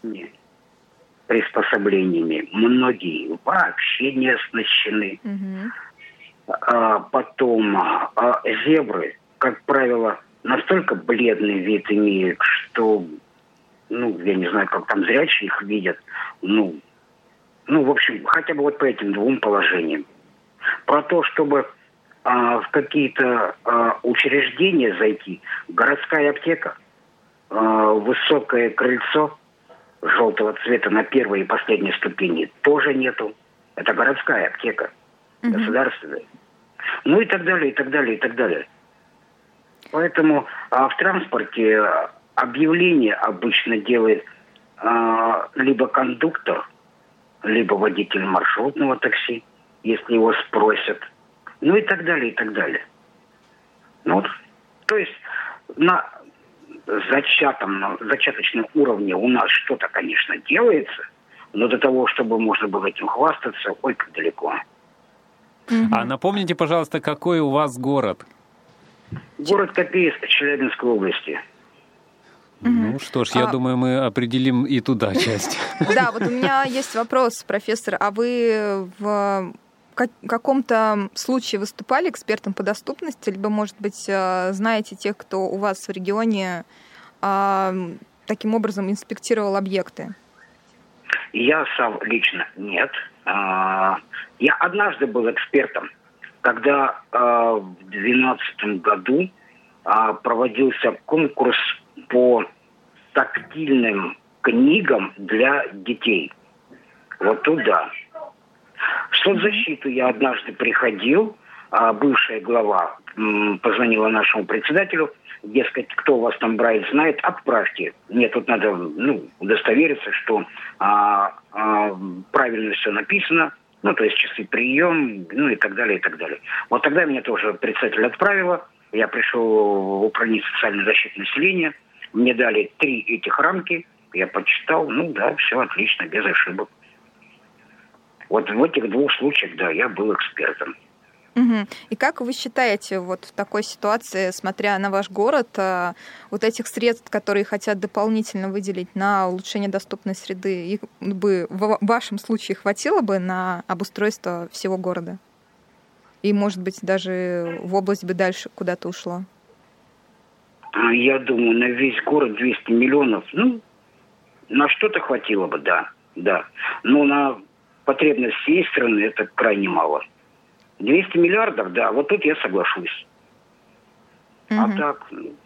Приспособлениями. Многие вообще не оснащены. Угу. А, потом а, зебры, как правило, настолько бледный вид имеют, что, ну, я не знаю, как там зрячие их видят. Ну, ну, в общем, хотя бы вот по этим двум положениям. Про то, чтобы а, в какие-то а, учреждения зайти, городская аптека, а, высокое крыльцо желтого цвета на первой и последней ступени тоже нету. Это городская аптека, mm-hmm. государственная. Ну и так далее, и так далее, и так далее. Поэтому а, в транспорте объявление обычно делает а, либо кондуктор, либо водитель маршрутного такси, если его спросят. Ну и так далее, и так далее. Ну, вот, то есть на зачатом, на зачаточном уровне у нас что-то, конечно, делается, но до того, чтобы можно было этим хвастаться, ой, как далеко. А напомните, пожалуйста, какой у вас город? Город Копейск, Челябинской области. Ну что ж, я а... думаю, мы определим и туда часть. Да, вот у меня есть вопрос, профессор. А вы в каком-то случае выступали экспертом по доступности, либо, может быть, знаете тех, кто у вас в регионе таким образом инспектировал объекты? Я сам лично нет. Я однажды был экспертом, когда в две тысячи двенадцатом году проводился конкурс по тактильным книгам для детей. Вот туда. В соцзащиту я однажды приходил, а бывшая глава м, позвонила нашему председателю, дескать, кто у вас там Брайт знает, отправьте. Мне тут надо ну, удостовериться, что а, а, правильно все написано, ну, то есть часы прием, ну, и так далее, и так далее. Вот тогда меня тоже председатель отправила, я пришел в управление социальной защиты населения, мне дали три этих рамки, я почитал, ну, да, все отлично, без ошибок. Вот в этих двух случаях, да, я был экспертом. Угу. И как вы считаете, вот в такой ситуации, смотря на ваш город, вот этих средств, которые хотят дополнительно выделить на улучшение доступной среды, их бы в вашем случае хватило бы на обустройство всего города? И, может быть, даже в область бы дальше куда-то ушло? Я думаю, на весь город двести миллионов, ну, на что-то хватило бы, да, да. Но на потребность всей страны это крайне мало. двести миллиардов, да, вот тут я соглашусь. Угу. А так...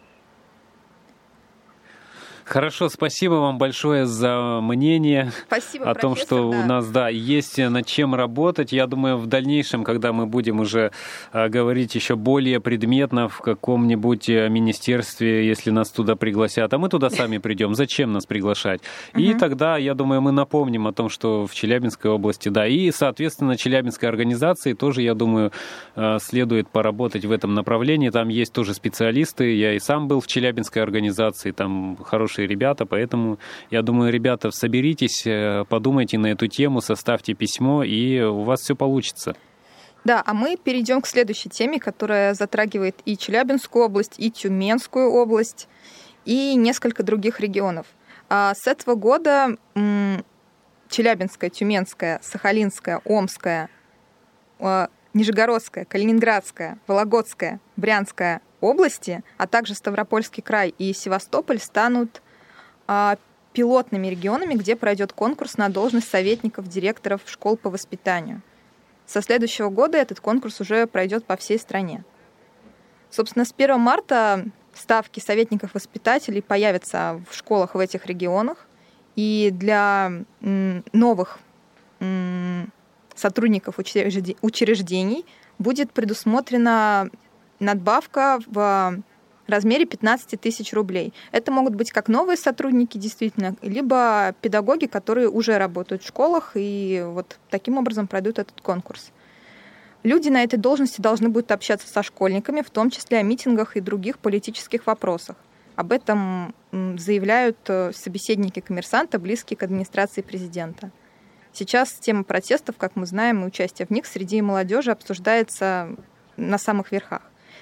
Хорошо, спасибо вам большое за мнение спасибо, о том, что да. у нас да, есть над чем работать. Я думаю, в дальнейшем, когда мы будем уже а, говорить еще более предметно в каком-нибудь министерстве, если нас туда пригласят, а мы туда сами придем, зачем нас приглашать? И угу. тогда, я думаю, мы напомним о том, что в Челябинской области, да, и, соответственно, Челябинской организации тоже, я думаю, следует поработать в этом направлении. Там есть тоже специалисты, я и сам был в Челябинской организации, там хорошие ребята, поэтому, я думаю, ребята, соберитесь, подумайте на эту тему, составьте письмо, и у вас все получится. Да, а мы перейдем к следующей теме, которая затрагивает и Челябинскую область, и Тюменскую область, и несколько других регионов. А с этого года Челябинская, Тюменская, Сахалинская, Омская, Нижегородская, Калининградская, Вологодская, Брянская области, а также Ставропольский край и Севастополь станут а, пилотными регионами, где пройдет конкурс на должность советников, директоров школ по воспитанию. Со следующего года этот конкурс уже пройдет по всей стране. Собственно, с первого марта ставки советников-воспитателей появятся в школах в этих регионах, и для м, новых м, сотрудников учреждений будет предусмотрена надбавка в в размере пятнадцать тысяч рублей. Это могут быть как новые сотрудники, действительно, либо педагоги, которые уже работают в школах и вот таким образом пройдут этот конкурс. Люди на этой должности должны будут общаться со школьниками, в том числе о митингах и других политических вопросах. Об этом заявляют собеседники «Коммерсанта», близкие к администрации президента. Сейчас тема протестов, как мы знаем, и участие в них среди молодежи обсуждается на самых верхах.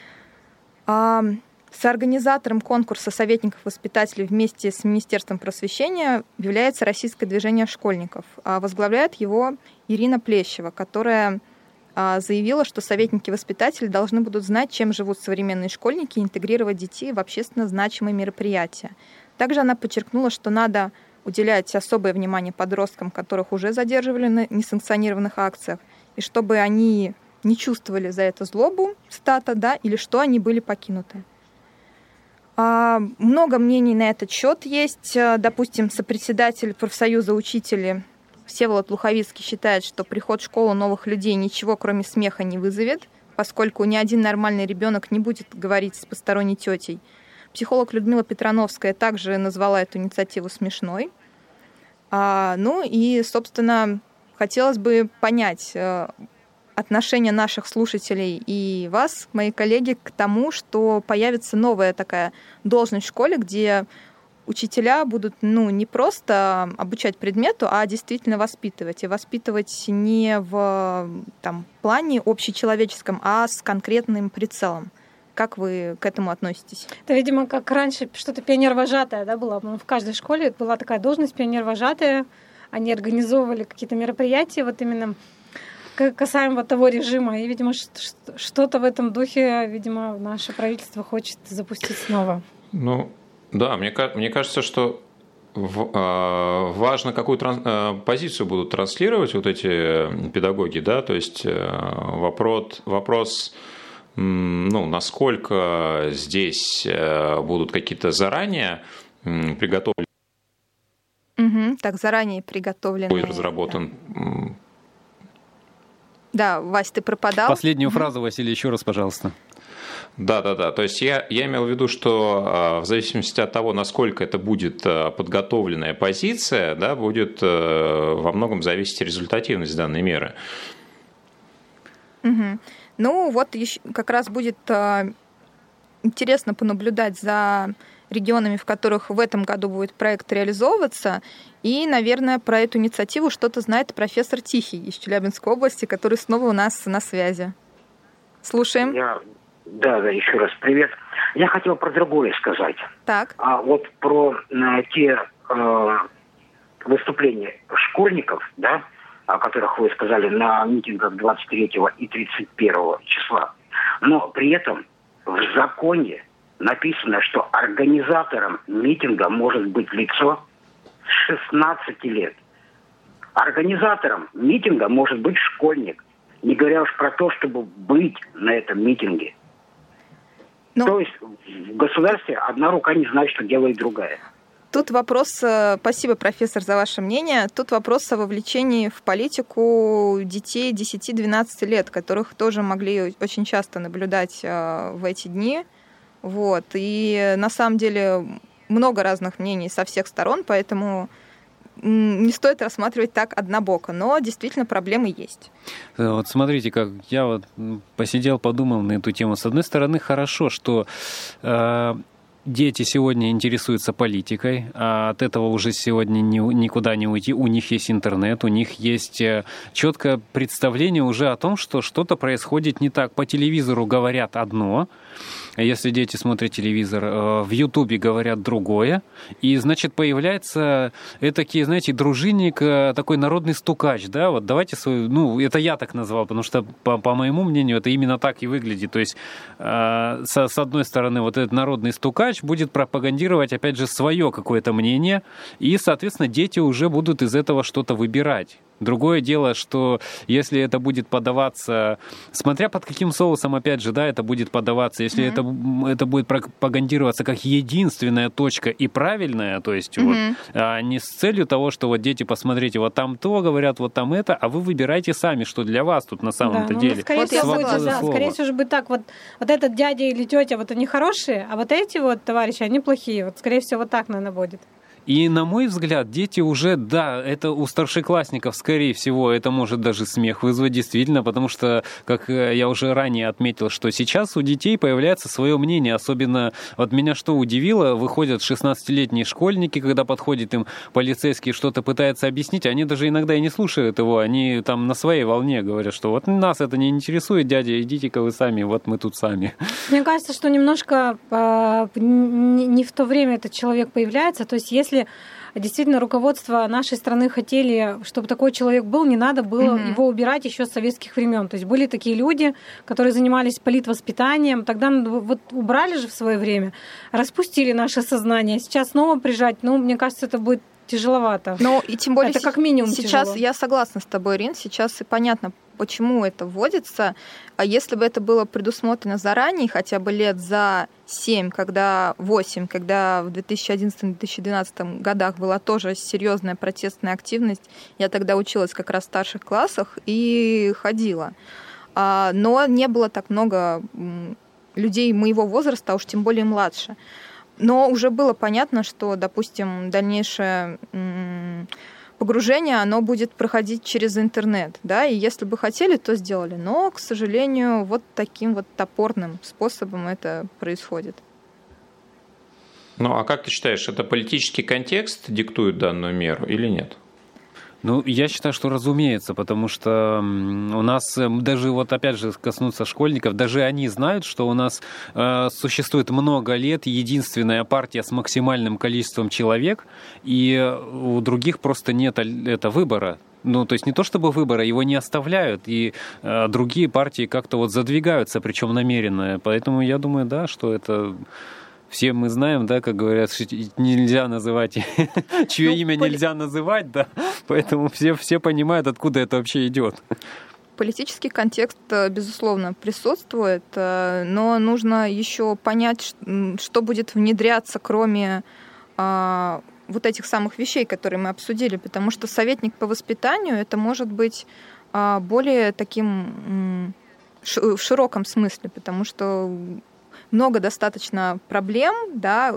Соорганизатором конкурса советников-воспитателей вместе с Министерством просвещения является Российское движение школьников. Возглавляет его Ирина Плещева, которая заявила, что советники-воспитатели должны будут знать, чем живут современные школьники, и интегрировать детей в общественно значимые мероприятия. Также она подчеркнула, что надо уделять особое внимание подросткам, которых уже задерживали на несанкционированных акциях, и чтобы они не чувствовали за это злобу, цитата, да, или что они были покинуты. Много мнений на этот счет есть. Допустим, сопредседатель профсоюза учителей Всеволод Луховицкий считает, что приход в школу новых людей ничего, кроме смеха, не вызовет, поскольку ни один нормальный ребенок не будет говорить с посторонней тетей. Психолог Людмила Петрановская также назвала эту инициативу смешной. А, ну и, собственно, хотелось бы понять отношение наших слушателей и вас, мои коллеги, к тому, что появится новая такая должность в школе, где учителя будут, ну, не просто обучать предмету, а действительно воспитывать. И воспитывать не в там, плане общечеловеческом, а с конкретным прицелом. Как вы к этому относитесь? Это, видимо, как раньше что-то пионер-вожатая, да, была. В каждой школе была такая должность пионер-вожатая. Они организовывали какие-то мероприятия вот именно касаемо того режима. И, видимо, что-то в этом духе, видимо, наше правительство хочет запустить снова. Ну, да, мне, мне кажется, что важно, какую транс, позицию будут транслировать вот эти педагоги, да, то есть вопрос, вопрос ну, насколько здесь будут какие-то заранее приготовленные. Угу, так, заранее приготовленные. Будет разработан. Да, Вась, ты пропадал. Последнюю угу. фразу, Василий, еще раз, пожалуйста. Да, да, да. То есть я, я имел в виду, что в зависимости от того, насколько это будет подготовленная позиция, да, будет во многом зависеть результативность данной меры. Угу. Ну, вот еще как раз будет интересно понаблюдать за регионами, в которых в этом году будет проект реализовываться. И, наверное, про эту инициативу что-то знает профессор Тихий из Челябинской области, который снова у нас на связи. Слушаем. Я... Да, да, еще раз привет. Я хотел про другое сказать. Так. А вот про э, те э, выступления школьников, да, о которых вы сказали на митингах двадцать третьего и тридцать первого числа. Но при этом в законе написано, что организатором митинга может быть лицо с шестнадцати лет. Организатором митинга может быть школьник, не говоря уж про то, чтобы быть на этом митинге. Но... То есть в государстве одна рука не знает, что делает другая. Тут вопрос, спасибо, профессор, за ваше мнение, тут вопрос о вовлечении в политику детей десяти-двенадцати лет, которых тоже могли очень часто наблюдать в эти дни. Вот. И на самом деле много разных мнений со всех сторон, поэтому не стоит рассматривать так однобоко, но действительно проблемы есть. Вот смотрите, как я вот посидел, подумал на эту тему. С одной стороны, хорошо, что э, дети сегодня интересуются политикой, а от этого уже сегодня ни, никуда не уйти. У них есть интернет, у них есть четкое представление уже о том, что что-то происходит не так. По телевизору говорят одно, если дети смотрят телевизор, в Ютубе говорят другое, и, значит, появляется этакий, знаете, дружинник, такой народный стукач, да, вот давайте свою, ну, это я так назвал, потому что, по, по моему мнению, это именно так и выглядит, то есть, э, с, с одной стороны, вот этот народный стукач будет пропагандировать, опять же, свое какое-то мнение, и, соответственно, дети уже будут из этого что-то выбирать. Другое дело, что если это будет подаваться, смотря под каким соусом, опять же, да, это будет подаваться, если mm-hmm. это, это будет пропагандироваться как единственная точка и правильная, то есть mm-hmm. вот, а не с целью того, что вот дети, посмотрите, вот там то говорят, вот там это, а вы выбирайте сами, что для вас тут на самом-то да, деле. Ну, скорее вот всего, будет, да, скорее всего, будет так, вот, вот этот дядя или тетя, вот они хорошие, а вот эти вот товарищи, они плохие. Вот, скорее всего, вот так, наверное, будет. И, на мой взгляд, дети уже, да, это у старшеклассников, скорее всего, это может даже смех вызвать, действительно, потому что, как я уже ранее отметил, что сейчас у детей появляется свое мнение, особенно, вот меня что удивило, выходят шестнадцатилетние школьники, когда подходит им полицейский, что-то пытается объяснить, они даже иногда и не слушают его, они там на своей волне говорят, что вот нас это не интересует, дядя, идите-ка вы сами, вот мы тут сами. Мне кажется, что немножко э, не в то время этот человек появляется, то есть если Если действительно руководство нашей страны хотели, чтобы такой человек был, не надо было mm-hmm. его убирать еще с советских времен. То есть были такие люди, которые занимались политвоспитанием, тогда вот убрали же в свое время, распустили наше сознание. Сейчас снова прижать, ну, мне кажется, это будет тяжеловато. Ну, и тем более это как минимум сейчас, тяжело. Я согласна с тобой, Ирин, сейчас и понятно, почему это вводится. А если бы это было предусмотрено заранее, хотя бы лет за семь, когда восемь, когда в две тысячи одиннадцатом - две тысячи двенадцатом годах была тоже серьезная протестная активность, я тогда училась как раз в старших классах и ходила. Но не было так много людей моего возраста, а уж тем более младше. Но уже было понятно, что, допустим, дальнейшее погружение, оно будет проходить через интернет, да, и если бы хотели, то сделали. Но, к сожалению, вот таким вот топорным способом это происходит. Ну, а как ты считаешь, это политический контекст диктует данную меру или нет? Ну, я считаю, что разумеется, потому что у нас даже, вот опять же, коснуться школьников, даже они знают, что у нас э, существует много лет единственная партия с максимальным количеством человек, и у других просто нет это выбора. Ну, то есть не то чтобы выбора, его не оставляют, и э, другие партии как-то вот задвигаются, причем намеренно. Поэтому я думаю, да, что это... Все мы знаем, да, как говорят, нельзя называть, чье ну, имя поли... нельзя называть, да, поэтому все, все понимают, откуда это вообще идет. Политический контекст, безусловно, присутствует, но нужно еще понять, что будет внедряться, кроме а, вот этих самых вещей, которые мы обсудили, потому что советник по воспитанию это может быть а, более таким ш, в широком смысле, потому что много достаточно проблем, да,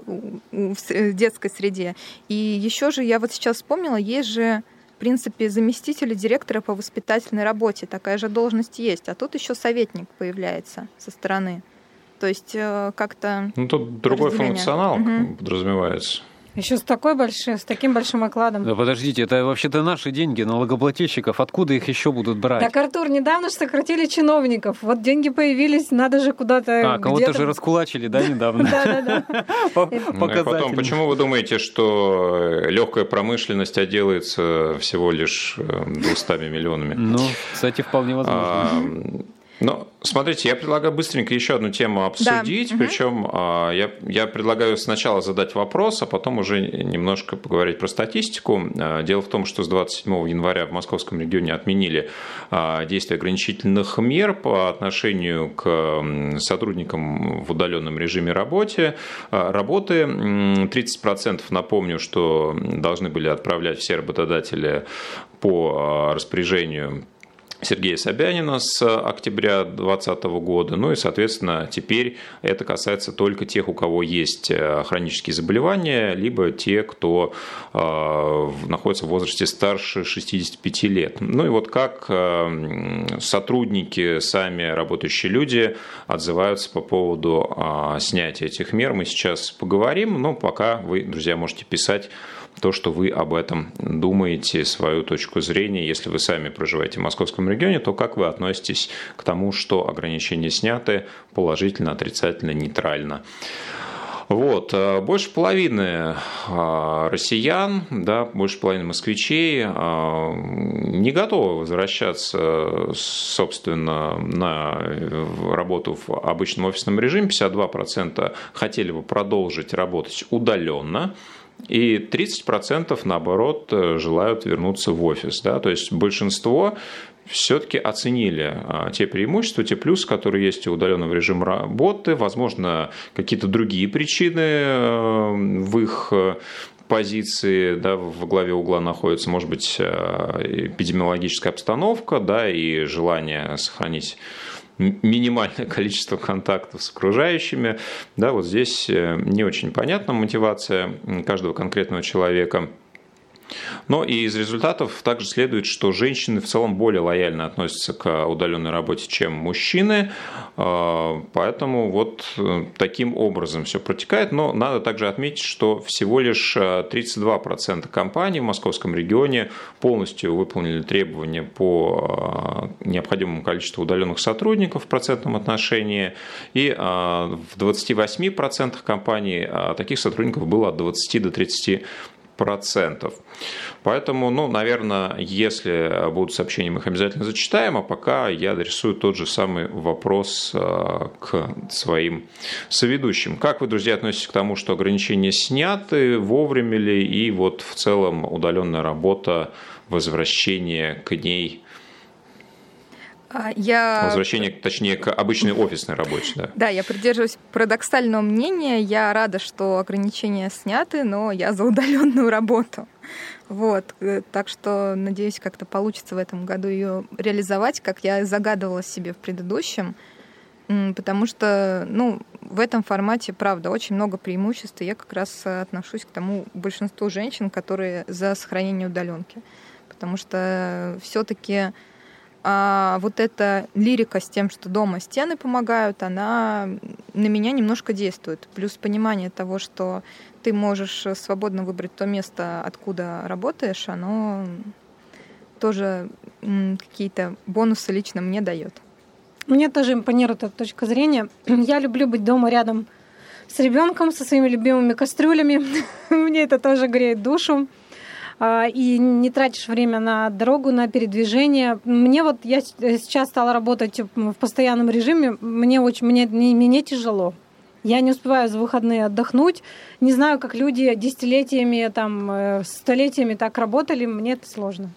в детской среде. И еще же, я вот сейчас вспомнила, есть же, в принципе, заместитель директора по воспитательной работе. Такая же должность есть. А тут еще советник появляется со стороны. То есть как-то... Ну, тут другой функционал угу. подразумевается. Еще с такой большой, с таким большим окладом. Да подождите, это вообще-то наши деньги, налогоплательщиков. Откуда их еще будут брать? Так, Артур, недавно же сократили чиновников. Вот деньги появились, надо же куда-то... А, кого-то же раскулачили, да, недавно? Да-да-да. Потом, почему вы думаете, что легкая промышленность отделается всего лишь двумястами миллионами? Ну, кстати, вполне возможно. Ну, смотрите, я предлагаю быстренько еще одну тему обсудить, да. Причем угу. я, я предлагаю сначала задать вопрос, а потом уже немножко поговорить про статистику. Дело в том, что с двадцать седьмого января в московском регионе отменили действие ограничительных мер по отношению к сотрудникам в удаленном режиме работе, работы. тридцать процентов, напомню, что должны были отправлять все работодатели по распоряжению Сергея Собянина с октября две тысячи двадцатого года. Ну и, соответственно, теперь это касается только тех, у кого есть хронические заболевания, либо те, кто э, находится в возрасте старше шестидесяти пяти лет. Ну и вот как э, сотрудники, сами работающие люди отзываются по поводу э, снятия этих мер, мы сейчас поговорим. Но пока вы, друзья, можете писать то, что вы об этом думаете, свою точку зрения. Если вы сами проживаете в московском регионе, то как вы относитесь к тому, что ограничения сняты, положительно, отрицательно, нейтрально? Вот. Больше половины россиян, да, больше половины москвичей не готовы возвращаться, собственно, на работу в обычном офисном режиме. пятьдесят два процента хотели бы продолжить работать удаленно. и тридцать процентов, наоборот, желают вернуться в офис. Да? То есть большинство все-таки оценили те преимущества, те плюсы, которые есть у удаленного режима работы, возможно, какие-то другие причины в их позиции, да, во главе угла находится, может быть, эпидемиологическая обстановка, да, и желание сохранить минимальное количество контактов с окружающими. Да, вот здесь не очень понятна мотивация каждого конкретного человека. Но и из результатов также следует, что женщины в целом более лояльно относятся к удаленной работе, чем мужчины. Поэтому вот таким образом все протекает. Но надо также отметить, что всего лишь тридцать два процента компаний в московском регионе полностью выполнили требования по необходимому количеству удаленных сотрудников в процентном отношении. И в двадцати восьми процентах компаний таких сотрудников было от двадцати до тридцати процентов. Поэтому, ну, наверное, если будут сообщения, мы их обязательно зачитаем, а пока я адресую тот же самый вопрос к своим соведущим. Как вы, друзья, относитесь к тому, что ограничения сняты, вовремя ли, и вот в целом удаленная работа, возвращение к ней? Я... Возвращение, точнее, к обычной офисной работе. Да. Да, я придерживаюсь парадоксального мнения. Я рада, что ограничения сняты, но я за удаленную работу. Вот. Так что, надеюсь, как-то получится в этом году ее реализовать, как я загадывала себе в предыдущем. Потому что, ну, в этом формате, правда, очень много преимуществ. И я как раз отношусь к тому большинству женщин, которые за сохранение удаленки. Потому что все-таки А вот эта лирика с тем, что дома стены помогают, она на меня немножко действует. Плюс понимание того, что ты можешь свободно выбрать то место, откуда работаешь, оно тоже какие-то бонусы лично мне дает. Мне тоже импонирует эта точка зрения. Я люблю быть дома рядом с ребенком, со своими любимыми кастрюлями. Мне это тоже греет душу. И не тратишь время на дорогу, на передвижение. Мне вот, я сейчас стала работать в постоянном режиме, мне очень, мне, мне тяжело. Я не успеваю за выходные отдохнуть. Не знаю, как люди десятилетиями, там, столетиями так работали, мне это сложно.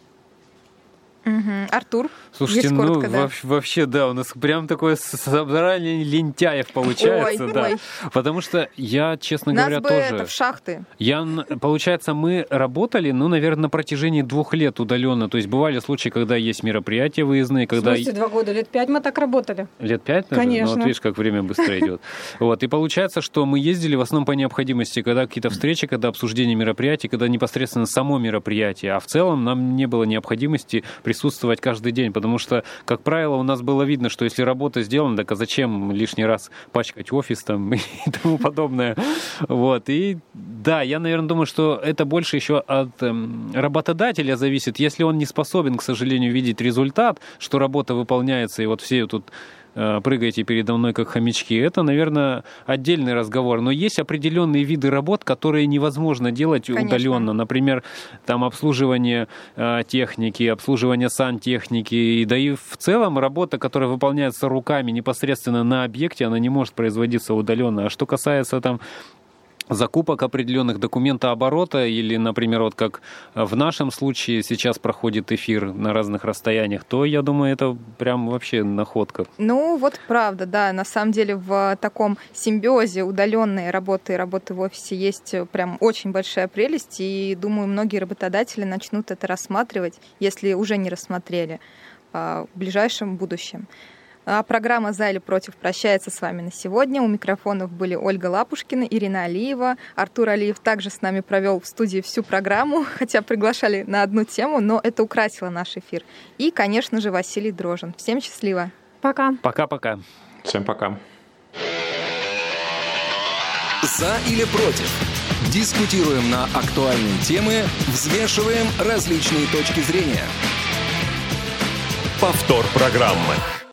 Угу. Артур? Слушайте, ну коротко, да? вообще, да, у нас прям такое собрание лентяев получается, ой, да. Ой. Потому что я, честно нас говоря, бы тоже... это в шахты. Я, получается, мы работали, ну, наверное, на протяжении двух лет удаленно. То есть бывали случаи, когда есть мероприятия выездные, когда... В смысле, два года? Лет пять мы так работали. Лет пять? Конечно. Ну, вот видишь, как время быстро идет. Вот. И получается, что мы ездили в основном по необходимости, когда какие-то встречи, когда обсуждение мероприятий, когда непосредственно само мероприятие. А в целом нам не было необходимости присутствовать каждый день, потому что, как правило, у нас было видно, что если работа сделана, так а зачем лишний раз пачкать офис там и тому подобное. Вот. И да, я, наверное, думаю, что это больше еще от эм, работодателя зависит. Если он не способен, к сожалению, видеть результат, что работа выполняется, и вот все тут прыгаете передо мной как хомячки, это, наверное, отдельный разговор. Но есть определенные виды работ, которые невозможно делать Конечно. удаленно. Например, там обслуживание э, техники, обслуживание сантехники. И да и в целом работа, которая выполняется руками непосредственно на объекте, она не может производиться удаленно. А что касается там закупок определенных документооборота или, например, вот как в нашем случае сейчас проходит эфир на разных расстояниях, то, я думаю, это прям вообще находка. Ну, вот правда, да. На самом деле в таком симбиозе удаленной работы и работы в офисе есть прям очень большая прелесть, и, думаю, многие работодатели начнут это рассматривать, если уже не рассмотрели, в ближайшем будущем. А программа «За или против» прощается с вами на сегодня. У микрофонов были Ольга Лапушкина, Ирина Алиева. Артур Алиев также с нами провел в студии всю программу, хотя приглашали на одну тему, но это украсило наш эфир. И, конечно же, Василий Дрожин. Всем счастливо. Пока. Пока-пока. Всем пока. «За или против». Дискутируем на актуальные темы, взвешиваем различные точки зрения. Повтор программы.